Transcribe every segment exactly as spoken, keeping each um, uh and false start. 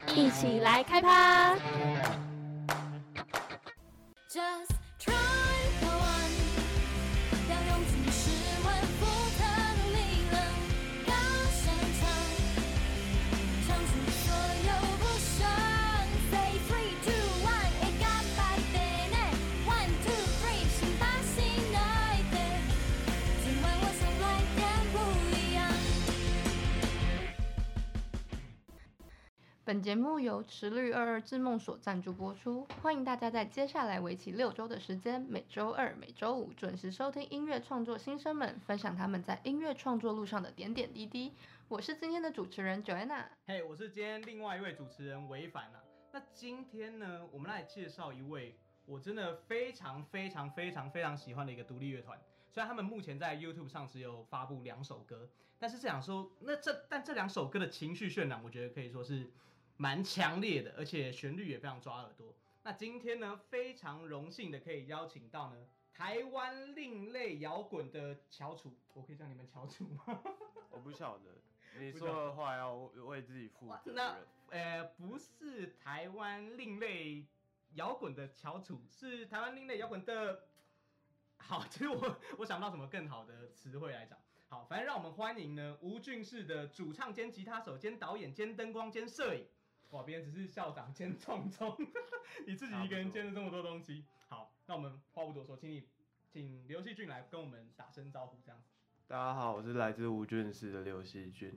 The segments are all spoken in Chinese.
一起来开趴。 Just try go on， 要用尽十万伏特努力了，高声唱，唱出所有不爽。Say three two one， 一个把day内 one two three， 先把心来点，今晚我想来点不一样。 本节目由池绿二二智梦所赞助播出，欢迎大家在接下来为期六周的时间，每周二、每周五准时收听音乐创作新生们分享他们在音乐创作路上的点点滴滴。我是今天的主持人 Joanna。 嘿， hey, 我是今天另外一位主持人维凡啊。那今天呢，我们来介绍一位我真的非常非常非常非常喜欢的一个独立乐团。虽然他们目前在 YouTube 上只有发布两首歌，但是这两首那这但这两首歌的情绪渲染，我觉得可以说是蛮强烈的，而且旋律也非常抓耳朵。那今天呢，非常荣幸的可以邀请到呢台湾另类摇滚的翘楚，我可以叫你们翘楚吗？ 我不晓得，你说的话要为自己负责。 那呃，不是台湾另类摇滚的翘楚，是台湾另类摇滚的。好，其实我我想不到什么更好的词汇来讲。好，反正让我们欢迎呢吴俊士的主唱兼吉他手兼导演兼灯光兼摄影。哇，别人只是校长兼创中，你自己一个人兼了这么多东西。好，那我们话不多说，请你请刘细俊来跟我们打声招呼，这样子。 大家好，我是来自吴俊士的刘细俊。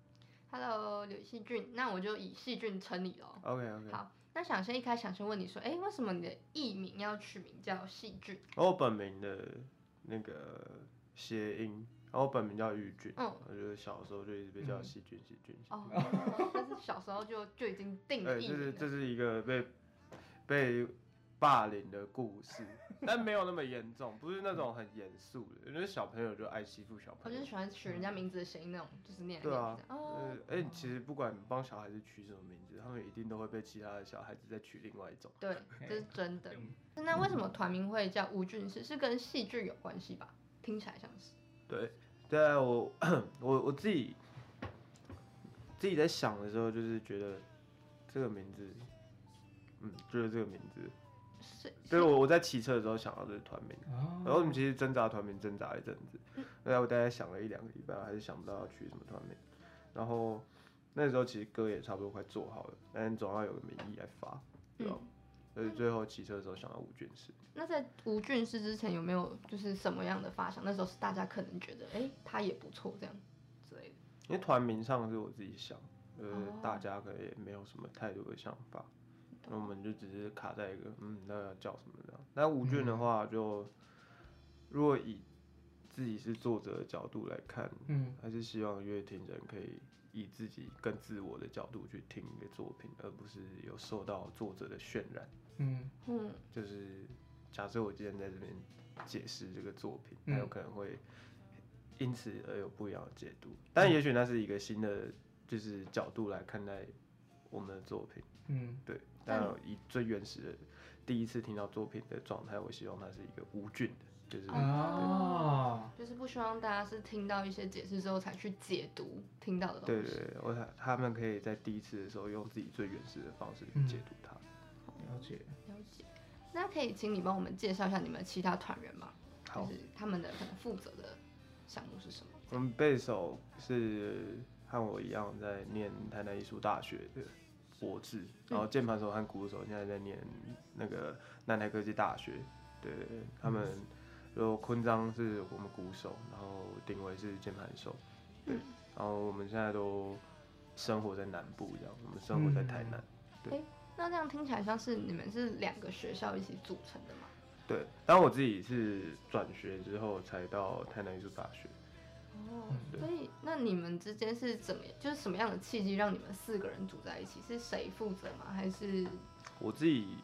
Hello， 刘细俊，那我就以细俊称你咯。 OK OK。 好，那想先一开始想先问你说，哎，为什么你的艺名要取名叫细俊？ 我本名的那个谐音。然后我本名叫玉俊，嗯，我觉得小时候就一直被叫细俊、细俊。 哦，但是小时候就就已经定了艺名了。 这是这是一个被被霸凌的故事，但没有那么严重，不是那种很严肃的，因为小朋友就爱欺负小朋友。 我就是喜欢取人家名字的谐音那种，就是念。 对啊， 哦， 哎、欸，其实不管帮小孩子取什么名字，他们一定都会被其他的小孩子再取另外一种。 对，这是真的。那为什么团名会叫吴俊士？是跟戏剧有关系吧？听起来像是。 对。对啊，我我我自己自己在想的时候，就是觉得这个名字，嗯，就是这个名字， 是， 对我我在骑车的时候想到这是团名，哦、然后我们其实挣扎团名挣扎一阵子，后来我大概想了一两个礼拜，还是想不到要取什么团名，然后那时候其实歌也差不多快做好了，但总要有个名义来发，对吧？嗯，所以最后骑车的时候想到吴俊士。 那在吴俊士之前有没有就是什么样的发想？那时候是大家可能觉得，哎、欸，他也不错这样之类的。 因为团名上是我自己想，呃，哦、大家可能也没有什么太多的想法，那、嗯、我们就只是卡在一个，嗯，那要叫什么这样。那吴俊的话就，就、嗯、如果以自己是作者的角度来看，嗯，还是希望乐听人可以以自己更自我的角度去听一个作品，而不是有受到作者的渲染。嗯嗯，就是假设我今天在这边解释这个作品，它有可能会因此而有不一样的解读，但也许那是一个新的就是角度来看待我们的作品。嗯，对。但以最原始的第一次听到作品的状态，我希望它是一个无菌的。就是哦，就是不希望大家是听到一些解释之后才去解读听到的东西。 对对对，我他们可以在第一次的时候用自己最原始的方式去解读它。 嗯、了解了解。那可以请你帮我们介绍一下你们其他团员吗？ 好， 就是他们的可能负责的项目是什么？ 我们贝手是和我一样在念台南艺术大学的博士，然后键盘手和鼓手现在在念那个南台科技大学。对对对，他们。就坤章是我们鼓手，然后鼎维是键盘手，对，然后我们现在都生活在南部这样，我们生活在台南， 嗯、对、欸。那这样听起来像是你们是两个学校一起组成的吗？ 对，但我自己是转学之后才到台南艺术大学。 哦，所以那你们之间是怎么，就是什么样的契机让你们四个人组在一起？是谁负责吗？还是我自己？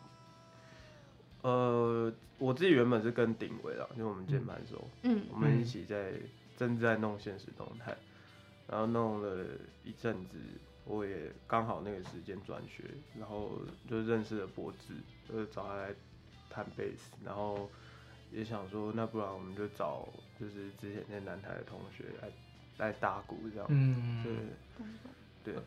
呃，我自己原本是跟鼎维啦，就是我们键盘手，嗯，我们一起在正在弄现实动态，然后弄了一阵子，我也刚好那个时间转学，然后就认识了博智，就是找他来弹贝斯，然后也想说，那不然我们就找就是之前在南台的同学来来打鼓这样，嗯，对，对。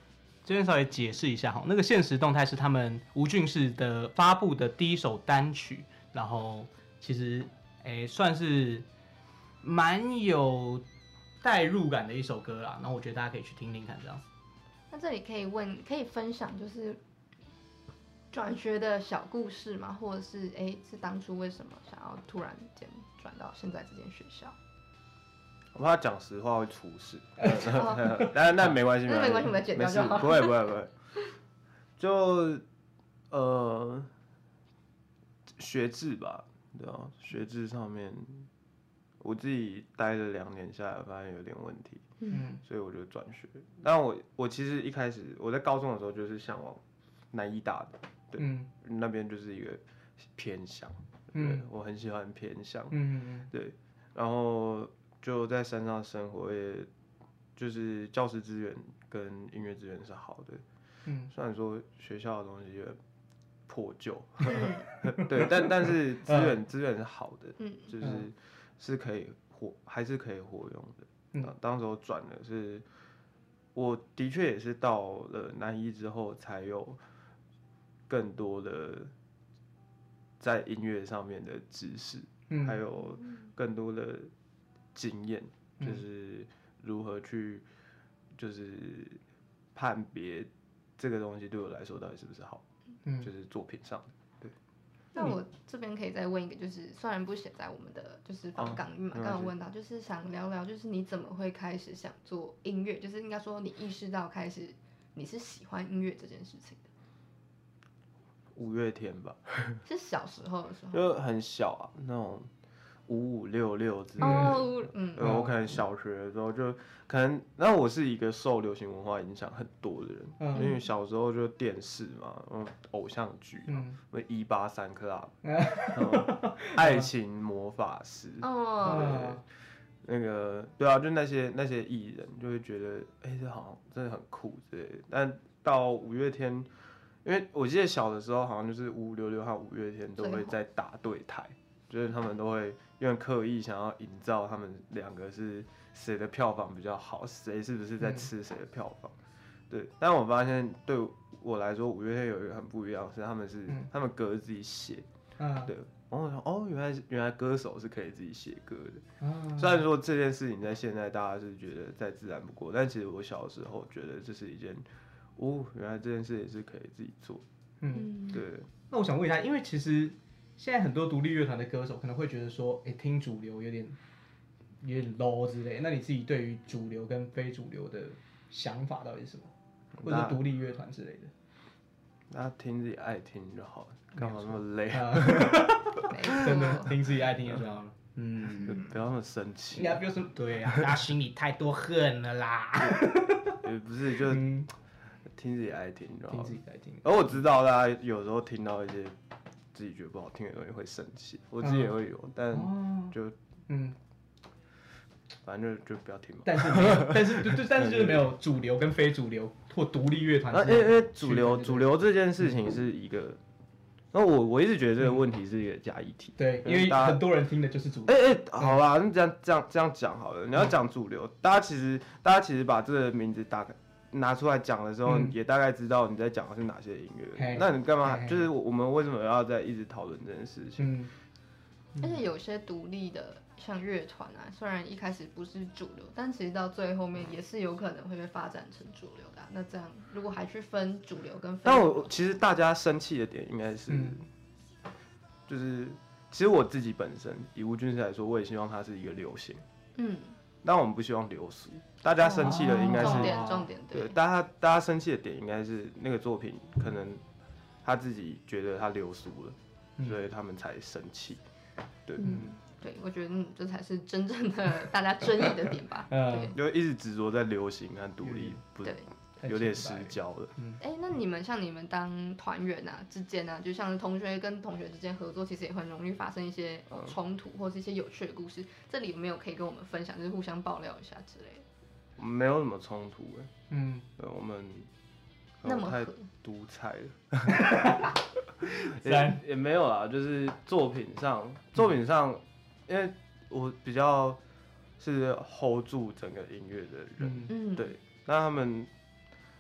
这边稍微解释一下哈，那个限时动态是他们吴俊士的发布的第一首单曲，然后其实诶算是蛮有代入感的一首歌啦，然后我觉得大家可以去听听看这样子。 那这里可以问，可以分享就是转学的小故事吗？或者是哎、欸，是当初为什么想要突然间转到现在这间学校？ 我怕讲实话会出事，但但没关系， 那没关系，我们剪掉就好。 不会不会不会，就呃学制吧，对啊，学制上面我自己待了两年下来，发现有点问题，嗯，所以我就转学。但我我其实一开始我在高中的时候就是向往南医大的，对，嗯、那边就是一个偏乡，嗯，我很喜欢偏乡，嗯对，然后。就在山上生活，也就是教师资源跟音乐资源是好的。嗯，虽然说学校的东西有点破旧，对，但但是资源资源是好的，嗯，就是是可以活，还是可以活用的。嗯，当时我转的是，我的确也是到了南一之后，才有更多的在音乐上面的知识，嗯，还有更多的。经验就是如何去，就是判别这个东西对我来说到底是不是好，嗯，就是作品上的。对。 那我这边可以再问一个，就是虽然不写在我们的就是访纲里面嘛，刚刚问到，就是想聊聊，就是你怎么会开始想做音乐？就是应该说你意识到开始你是喜欢音乐这件事情的。 五月天吧。 是小时候的时候。 就很小啊，那种。五五六六之类的， 哦，嗯， 我可能小学的时候就可能，那我是一个受流行文化影响很多的人，嗯、因为小时候就电视嘛，然后偶像剧嘛，嗯，一八三 club， 爱情魔法师，哦，那个对啊，就那些那些艺人就会觉得，哎、欸，这好像真的很酷之类的。但到五月天，因为我记得小的时候好像就是五五六六和五月天都会在打对台。就是他们都会因为刻意想要营造他们两个是谁的票房比较好，谁是不是在吃谁的票房，嗯、对。但我发现对我来说，五月天有一个很不一样的是，他们是、嗯、他们歌自己写，嗯、对。然后我想，哦，原来原来歌手是可以自己写歌的。嗯、虽然说这件事情在现在大家是觉得再自然不过，但其实我小时候觉得这是一件，哦，原来这件事也是可以自己做。嗯，对。 那我想问一下，因为其实。现在很多独立乐团的歌手可能会觉得说，哎、欸，听主流有点有点 low 之类。那你自己对于主流跟非主流的想法到底是什么？或者独立乐团之类的？ 大家听自己爱听就好了，干嘛那么累？ 真的听自己爱听就好了。嗯， 不要那么生气。 应该不要说对啊，大家心里太多恨了啦。 也不是，就听自己爱听就好了。 听自己爱听。 而我知道大家有时候听到一些。自己觉得不好听的东西会生气，我自己也会有，嗯、但就、哦、嗯，反正就就不要听嘛。 但是没有，但是就就但是就是没有主流跟非主流或独立乐团。 因为因为主流主流这件事情是一个，那我我一直觉得这个问题是一个假议题。 对，因为很多人听的就是主流。 哎哎、欸欸，好啦，那这样这样这样讲好了。你要讲主流，大家其实大家其实把这个名字打开。拿出来讲的时候，嗯、也大概知道你在讲的是哪些音乐。那你干嘛？就是我们为什么要在一直讨论这件事情？嗯、 而且有些独立的像乐团啊，虽然一开始不是主流，但其实到最后面也是有可能会被发展成主流的、啊。那这样如果还去分主流跟非主流， 但我其实大家生气的点应该是，嗯、就是其实我自己本身以吴俊士来说，我也希望它是一个流行。嗯。但我们不希望流俗，大家生气的应该是、 哦、重点重点对，大家大家生气的点应该是那个作品可能他自己觉得他流俗了，嗯、所以他们才生气。对， 嗯，对，我觉得嗯，这才是真正的大家争议的点吧。对， 就一直执着在流行和独立，不对。有点失焦了。 哎、欸，那你们像你们当团员啊之间啊，就像是同学跟同学之间合作，其实也很容易发生一些冲突、呃、或是一些有趣的故事。这里有没有可以跟我们分享，就是互相爆料一下之类的？ 没有什么冲突哎，嗯，对，我们那么太独裁了，也也没有啦，就是作品上，作品上，因为我比较是 hold 住整个音乐的人，嗯，对，那他们。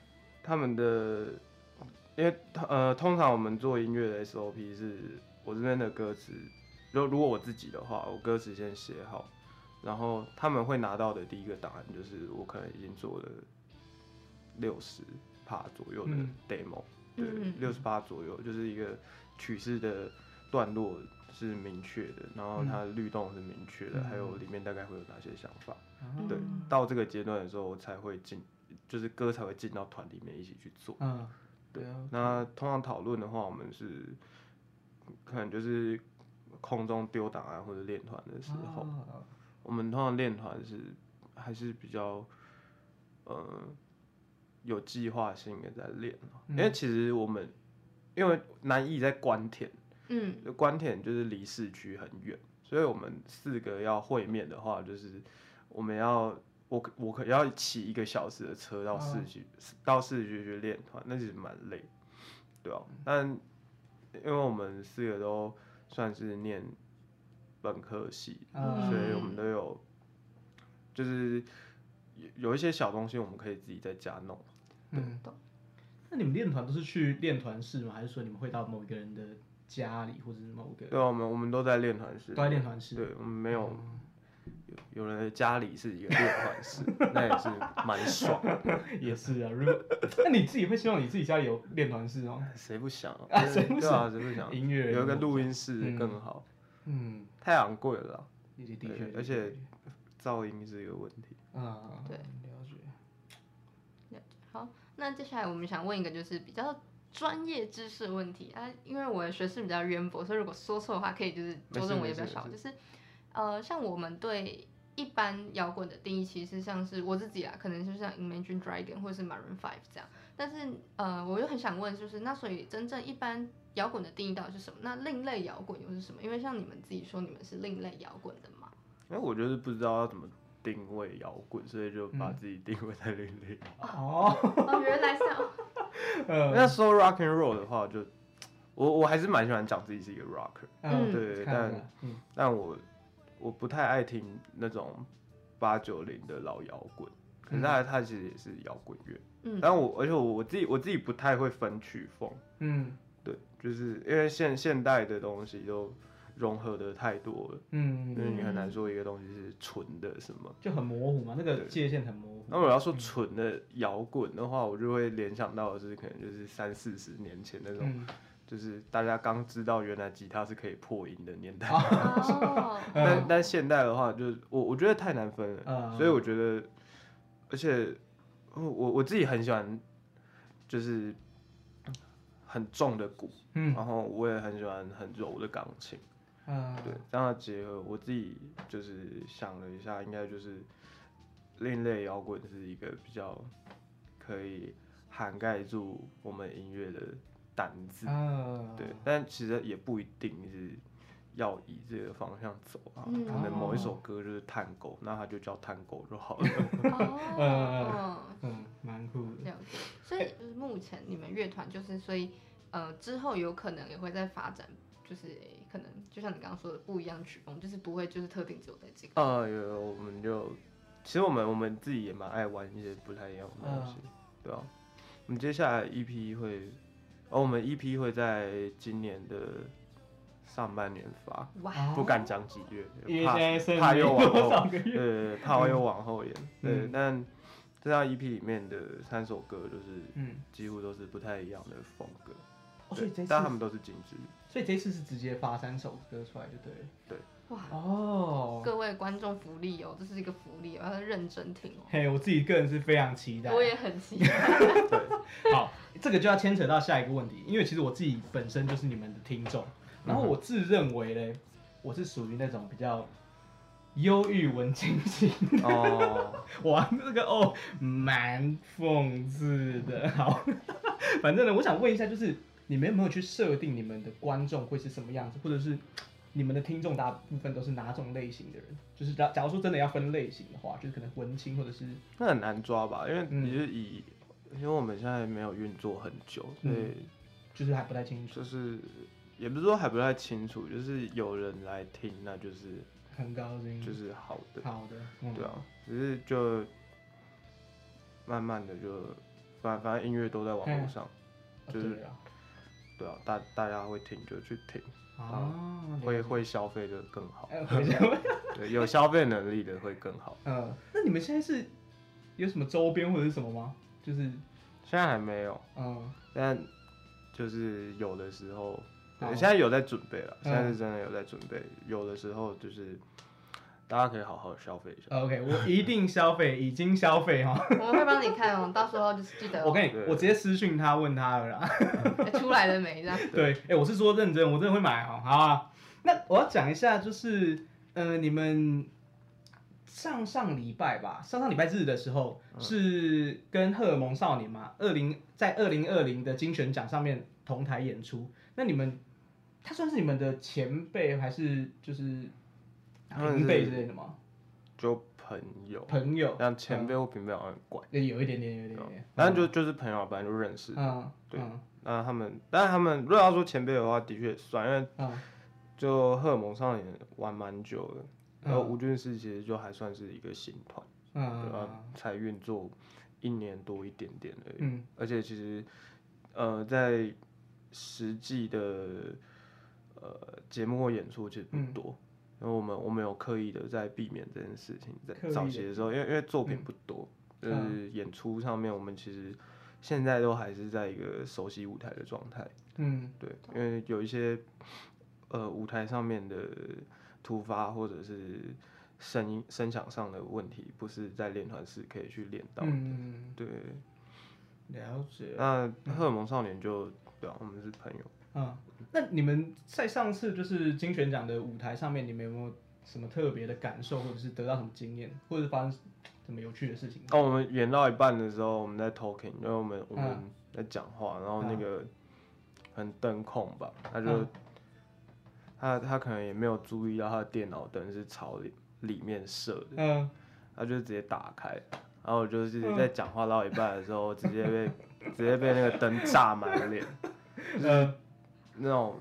他们的，因为呃，通常我们做音乐的 S O P 是，我这边的歌词，如如果我自己的话，我歌词先写好，然后他们会拿到的第一个档案就是我可能已经做了六十趴左右的 demo，、嗯、对，六十趴左右就是一个曲式的段落是明确的，然后它的律动是明确的，嗯、还有里面大概会有哪些想法，嗯、对，到这个阶段的时候我才会进，就是歌才会进到团里面一起去做，嗯，对，那通常讨论的话，我们是可能就是空中丢档案或者练团的时候，啊、我们通常练团是还是比较，呃，有计划性的在练、嗯、因为其实我们因为南艺在关田，嗯，关田就是离市区很远，所以我们四个要会面的话，就是我们要我我可要骑一个小时的车到市区，啊、到市区去练团，那其实蛮累，对吧、啊？但因为我们四个都算是念本科系，嗯、所以我们都有就是有一些小东西我们可以自己在家弄。 嗯，那你们练团都是去练团室吗？还是说你们会到某一个人的家里，或者是某个？ 对，我们我们都在练团室。 都在练团室。 对，我们没有、嗯、有有人的家里是一个练团室，那也是蛮爽的。 也是啊，如果那你自己会希望你自己家里有练团室吗？ 谁不想啊？谁不想？ 对啊，谁不想？ 音乐有一个录音室更好。嗯，太昂贵了啦。 的确， 而且噪音是一个问题。 啊，对， 了解。 好，那接下来我们想问一个就是比较专业知识的问题啊，因为我的学识比较渊博，所以如果说错的话，可以就是纠正我也比较少。就是呃，像我们对一般摇滚的定义，其实像是我自己啊，可能就像 Imagine Dragon 或者是 Maroon Five 这样。但是呃，我又很想问，就是那所以真正一般摇滚的定义到底是什么？那另类摇滚又是什么？因为像你们自己说你们是另类摇滚的嘛？ 因为我就是不知道要怎么定位摇滚，所以就把自己定位在另类。 哦、哦，原来是这样。 那说 rock and roll 的话就，就我我还是蛮喜欢讲自己是一个 rocker，嗯，对，但、嗯、但我我不太爱听那种八九零的老摇滚，可是它它其实也是摇滚乐，嗯，但我而且我我自己我自己不太会分曲风，嗯，对，就是因为现现代的东西都融合的太多了，嗯，因为你很难说一个东西是纯的什么， 就很模糊嘛，那个界限很模糊。 那我要说纯的摇滚的话，我就会联想到的是可能就是三四十年前那种，嗯、就是大家刚知道原来吉他是可以破音的年代。哦、但但现代的话就，就我我觉得太难分了，嗯、所以我觉得，而且我我自己很喜欢，就是很重的鼓，嗯、然后我也很喜欢很柔的钢琴。嗯，对，这样的结合，我自己就是想了一下，应该就是另类摇滚是一个比较可以涵盖住我们音乐的单字，嗯、对，但其实也不一定是要以这个方向走啊，嗯、可能某一首歌就是探戈，那它就叫探戈就好了。 哦， 嗯，蛮酷的。 了解，所以就是目前你们乐团就是，所以呃之后有可能也会在发展。就是、欸、可能就像你刚刚说的不一样曲风，就是不会就是特定只有在这个。 呃，有我们就其实我们我们自己也蛮爱玩一些不太一样的东西，嗯、对啊。我们接下来 E P 会，哦，我们 E P 会在今年的上半年发，不敢讲几月，怕怕又往后，对，怕又往后延，对，嗯、但这张 E P 里面的三首歌就是，嗯，几乎都是不太一样的风格。 哦、所以这但他们都是精致， 所以这次是直接发三首歌出来就对了。 对， 哇哦，各位观众福利哦，这是一个福利哦，要认真听哦。 嘿，我自己个人是非常期待， 我也很期待。 对，好，这个就要牵扯到下一个问题，因为其实我自己本身就是你们的听众，然后我自认为嘞，我是属于那种比较忧郁文青型的哦，哇，这个哦蛮讽刺的。好，反正呢，我想问一下，就是你们有没有去设定你们的观众会是什么样子，或者是你们的听众大部分都是哪种类型的人？就是假假如说真的要分类型的话，就是可能文青或者是那很难抓吧，因为你是以，嗯、因为我们现在没有运作很久，所以、嗯、 就是还不太清楚， 就是也不是说还不太清楚，就是有人来听，那就是很高兴， 就是好的， 好的，嗯、 对啊，只是就慢慢的就反反正音乐都在网络上，就是对啊， 对啊，大大家会听就去听， 哦， 会会消费就更好， 哎会消费对，有消费能力的会更好。 嗯，那你们现在是有什么周边或者是什么吗？就是现在还没有， 嗯， 但就是有的时候，对， 好现在有在准备了， 嗯现在是真的有在准备，有的时候就是大家可以好好消费一下。 OK， 我一定消费，已经消费哈。 我们会帮你看哦，到时候就是记得、哦。 我跟你对， 我直接私讯他问他了啦。 哎出来了没这样？ 对，哎、我是说认真，我真的会买哈。好啊，那我要讲一下，就是呃，你们上上礼拜吧，上上礼拜日的时候、 嗯是跟荷尔蒙少年嘛，二零在二零二零的金选奖上面同台演出。那你们，他算是你们的前辈还是就是他们是平辈之类的吗？ 就朋友， 朋友， 像前辈或平辈好像很怪， 嗯有一点点，有一点点， 但就就是朋友，本来就认识。 嗯， 对嗯那他们，但是他们如果要说前辈的话，的确也算，因为嗯就荷尔蒙少年玩蛮久的，然后嗯吴俊士其实就还算是一个新团，对吧、 嗯才运作一年多一点点而已， 嗯而且其实呃在实际的呃节目或演出其实不多。然后我们我们有刻意的在避免这件事情，在刻意地早期的时候，因为因为作品不多，就是演出上面我们其实现在都还是在一个熟悉舞台的状态， 嗯对，因为有一些呃舞台上面的突发或者是声音声响上的问题，不是在练团时可以去练到的， 嗯， 对。 了解。 那荷尔蒙少年就对啊，我们是朋友。 嗯，那你们在上次就是金选奖的舞台上面，你们有没有什么特别的感受，或者是得到什么经验，或者是发生什么有趣的事情？ 哦，我们演到一半的时候，我们在 talking，因为我们我们嗯在讲话，然后那个很灯控吧，他就、 嗯他他可能也没有注意到他的电脑灯是朝里里面射的， 嗯他就直接打开，然后我就是在讲话到一半的时候，直接被直接被那个灯炸满脸， 嗯那种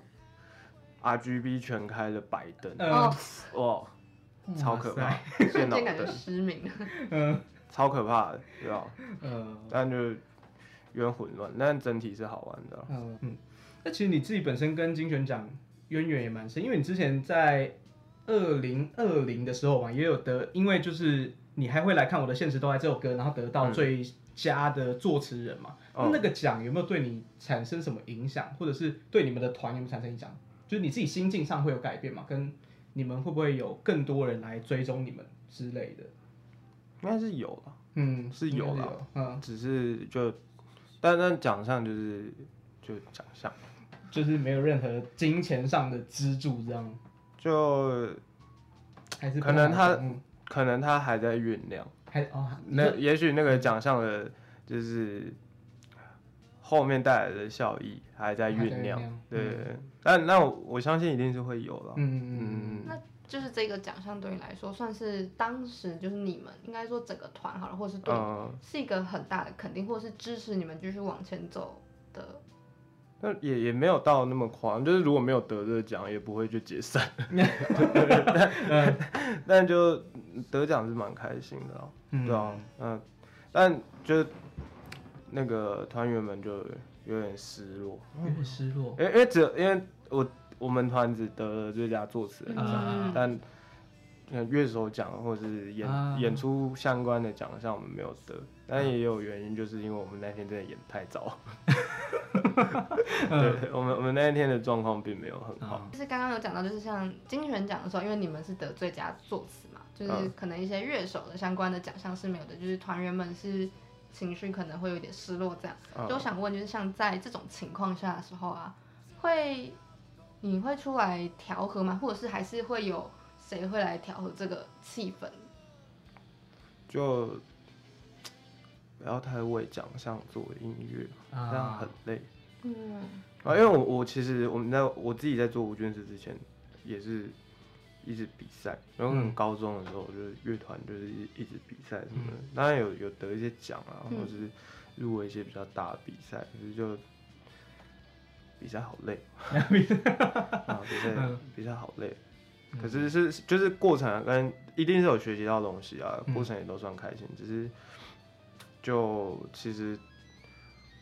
R G B 全开的白灯， 嗯哦， 哇，超可怕哇， 电脑瞬间感觉灯失明了。 嗯超可怕的，对吧？ 嗯但就有点混乱，但整体是好玩的啊。 嗯嗯。那其实你自己本身跟金选奖渊源也蛮深，因为你之前在二零二零的时候嘛，也有得，因为就是你还会来看我的现实都在这首歌，然后得到最佳的作词人嘛。 嗯那那个奖有没有对你产生什么影响，或者是对你们的团有没有产生影响？就是你自己心境上会有改变嘛？跟你们会不会有更多人来追踪你们之类的？ 应该是有啦， 嗯， 是有啦应该是有，嗯， 只是就，但但奖项就是就奖项， 就是没有任何金钱上的资助，这样就还是不可能他好嗯可能他还在酝酿， 还哦， 那也许那个奖项的，就是后面带来的效益还在酝酿，对， 嗯但那我我相信一定是会有了， 嗯嗯嗯嗯， 那就是这个奖项对你来说，算是当时就是你们应该说整个团好了，或者是对你嗯， 是一个很大的肯定，或者是支持你们继续往前走的。 那也也没有到那么夸张，就是如果没有得这个奖，也不会就解散，但但就得奖是蛮开心的啊， 嗯对啊，嗯，但就那个团员们就有点失落， 有点失落， 因为因为只有因为我我们团只得了最佳作词人奖， 啊但呃乐手奖或者是演、 啊演出相关的奖项我们没有得，但也有原因，就是因为我们那天真的演太早，对我们我们那一天的状况并没有很好， 就是刚刚有讲到，就是像金选奖的时候，因为你们是得最佳作词嘛，就是嗯可能一些乐手的相关的奖项是没有的，就是团员们是情绪可能会有点失落这样。 嗯就我想问，就是像在这种情况下的时候啊，会你会出来调和吗？或者是还是会有谁会来调和这个气氛？ 就不要太为奖项做音乐， 啊这样很累。 嗯， 啊，因为我我其实我们在我自己在做无卷师之前，也是一直比赛，然后可能高中的时候就是乐团就是一一直比赛什么的，当然有有得一些奖啊， 嗯或者是入围一些比较大的比赛，可是就比赛好累，啊，比赛嗯比赛好累，可是是就是过程啊跟一定是有学习到东西啊，过程也都算开心，只是就其实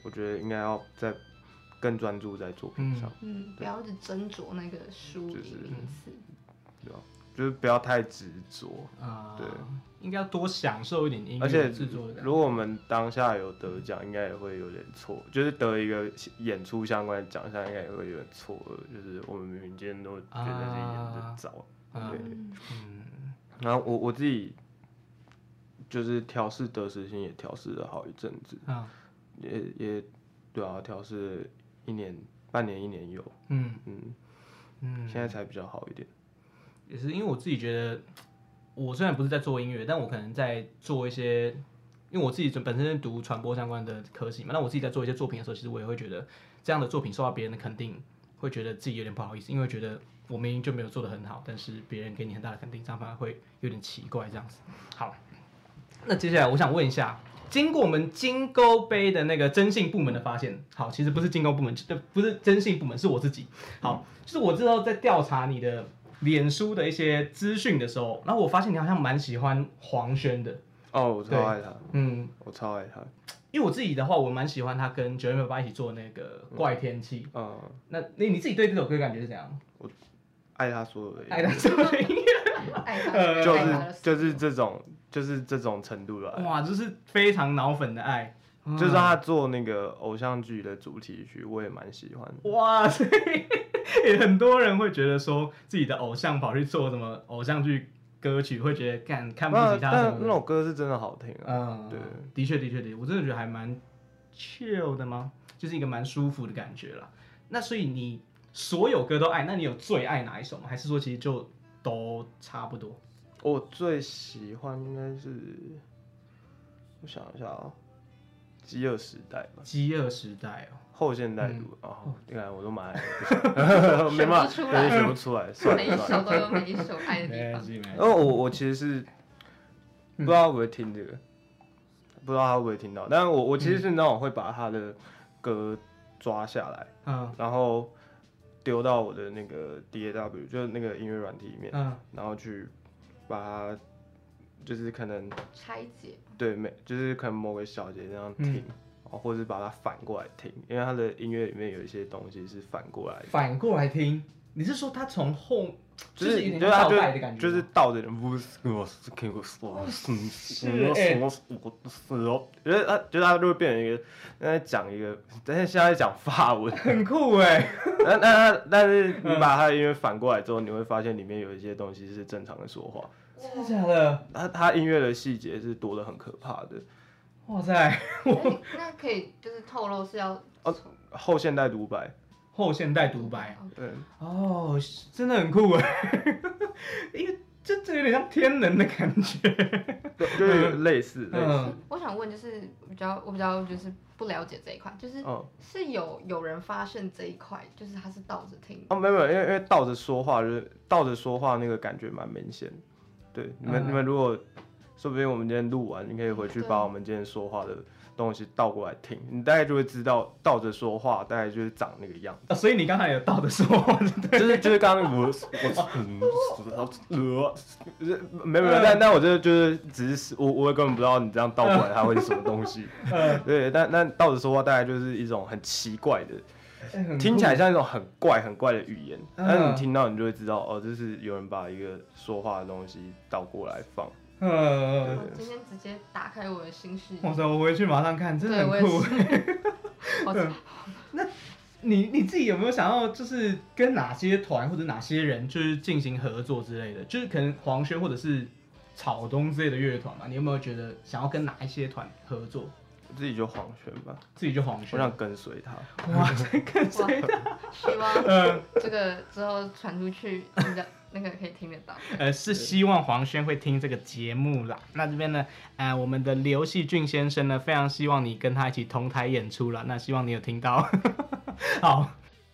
我觉得应该要再更专注在作品上， 嗯，不要一直斟酌那个输赢就是名次， 对吧？就是不要太执着啊， 对， 应该要多享受一点音乐而且制作的感觉。 如果我们当下有得奖，应该也会有点错，就是得一个演出相关的奖项，应该也会有点错愕，就是我们明明今天都觉得那是演的糟， 啊对， 嗯， 然后我我自己就是调试得失心也调试了好一阵子， 啊， 也也对啊，调试了一年、半年、一年有， 嗯嗯嗯， 现在才比较好一点。 也是因为我自己觉得，我虽然不是在做音乐，但我可能在做一些，因为我自己本身是读传播相关的科系嘛，那我自己在做一些作品的时候，其实我也会觉得这样的作品受到别人的肯定，会觉得自己有点不好意思，因为觉得我明明就没有做得很好，但是别人给你很大的肯定，这样反而会有点奇怪这样子。好，那接下来我想问一下。经过我们金钩杯的那个征信部门的发现，好，其实不是金钩部门，不是征信部门，是我自己。好，就是我之后在调查你的脸书的一些资讯的时候，然后我发现你好像蛮喜欢黄轩的。 哦，我超爱他， 嗯， 我超爱他。 因为我自己的话，我蛮喜欢他跟九月八一起做那个怪天气。 嗯， 那你你自己对这首歌感觉是怎样？ 我爱他所有的音乐， 爱他所有的音乐， 爱他就是就是这种就是这种程度的爱， 哇，就是非常脑粉的爱。 就是他做那个偶像剧的主题曲，我也蛮喜欢的。 哇，所以也很多人会觉得说自己的偶像跑去做什么偶像剧歌曲，会觉得干看不起他什么的。 但那首歌是真的好听啊。 嗯， 对， 的确的确的，我真的觉得还蛮 chill 的吗？就是一个蛮舒服的感觉啦。那所以你所有歌都爱，那你有最爱哪一首吗？还是说其实就都差不多？ 我最喜欢应该是，我想一下啊、喔，饥饿时代吧， 饥饿时代哦、 后现代嗯读啊，你看我都蛮爱的，没办法，有点选不出来，算每一了算了。 首都有每一首爱的地方。 因为我我其实是不知道会不会听这个，不知道他会不会听到，但是我我其实是那种会把他的歌抓下来， 嗯然后丢到我的那个 D A W， 就是那个音乐软体里面， 嗯然后去把它就是可能拆解， 对每就是可能某个小节这样嗯听，然后或者是把它反过来听，因为他的音乐里面有一些东西是反过来的， 反过来听，你是说他从后就就是是有点就是他就像倒带的感觉吗， 就是倒着的，不是我是听过说，是什么什么我是哦，觉得他觉得他就会变成一个在讲一个，但是现在在讲法文， 很酷哎。 但但但是你把他的音乐反过来之后，你会发现里面有一些东西是正常的说话， 真的假的？ 他他音乐的细节是多的很可怕的， 哇塞！ 哎那可以就是透露是要哦后现代独白， 后现代独白对， 哦，真的很酷哎，因为这这有点像天能的感觉。 对，就是有类似类似， 嗯， 我想问，就是比较我比较就是不了解这一块，就是、 嗯是有有人发现这一块，就是他是倒着听， 哦没有没有，因为因为倒着说话就是倒着说话那个感觉蛮明显，对，你们、 嗯你们如果说不定我们今天录完，你可以回去对把我们今天说话的东西倒过来听，你大概就会知道倒着说话大概就是长那个样子。 啊所以你刚才有倒着说话，对不对？ 就是就是刚刚我我嗯呃，就是没有没有，但但我这就是只是我我也根本不知道你这样倒过来它会是什么东西，对，但但倒着说话大概就是一种很奇怪的， 哎很酷听起来像一种很怪很怪的语言， 嗯但是你听到你就会知道哦，这是有人把一个说话的东西倒过来放。 嗯， 我今天直接打开我的新视野， 哇塞，我回去马上看，真的对我也很酷。 是，好嗯你你自己有没有想要，就是跟哪些团或者哪些人，就是进行合作之类的？就是可能黄轩或者是草东之类的乐团嘛？你有没有觉得想要跟哪一些团合作？ 我自己就黄轩吧， 自己就黄轩， 我想跟随他。 哇塞，跟谁的？ 希望嗯这个之后传出去，比较那个可以听得到。 呃，是希望黄轩会听这个节目啦。那这边呢，呃，我们的刘细俊先生呢，非常希望你跟他一起同台演出了。那希望你有听到。好，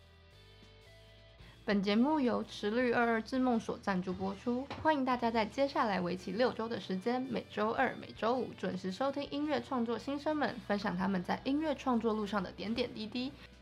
本节目由池绿二二智梦所赞助播出，欢迎大家在接下来为期六周的时间，每周二、每周五准时收听音乐创作新生们分享他们在音乐创作路上的点点滴滴。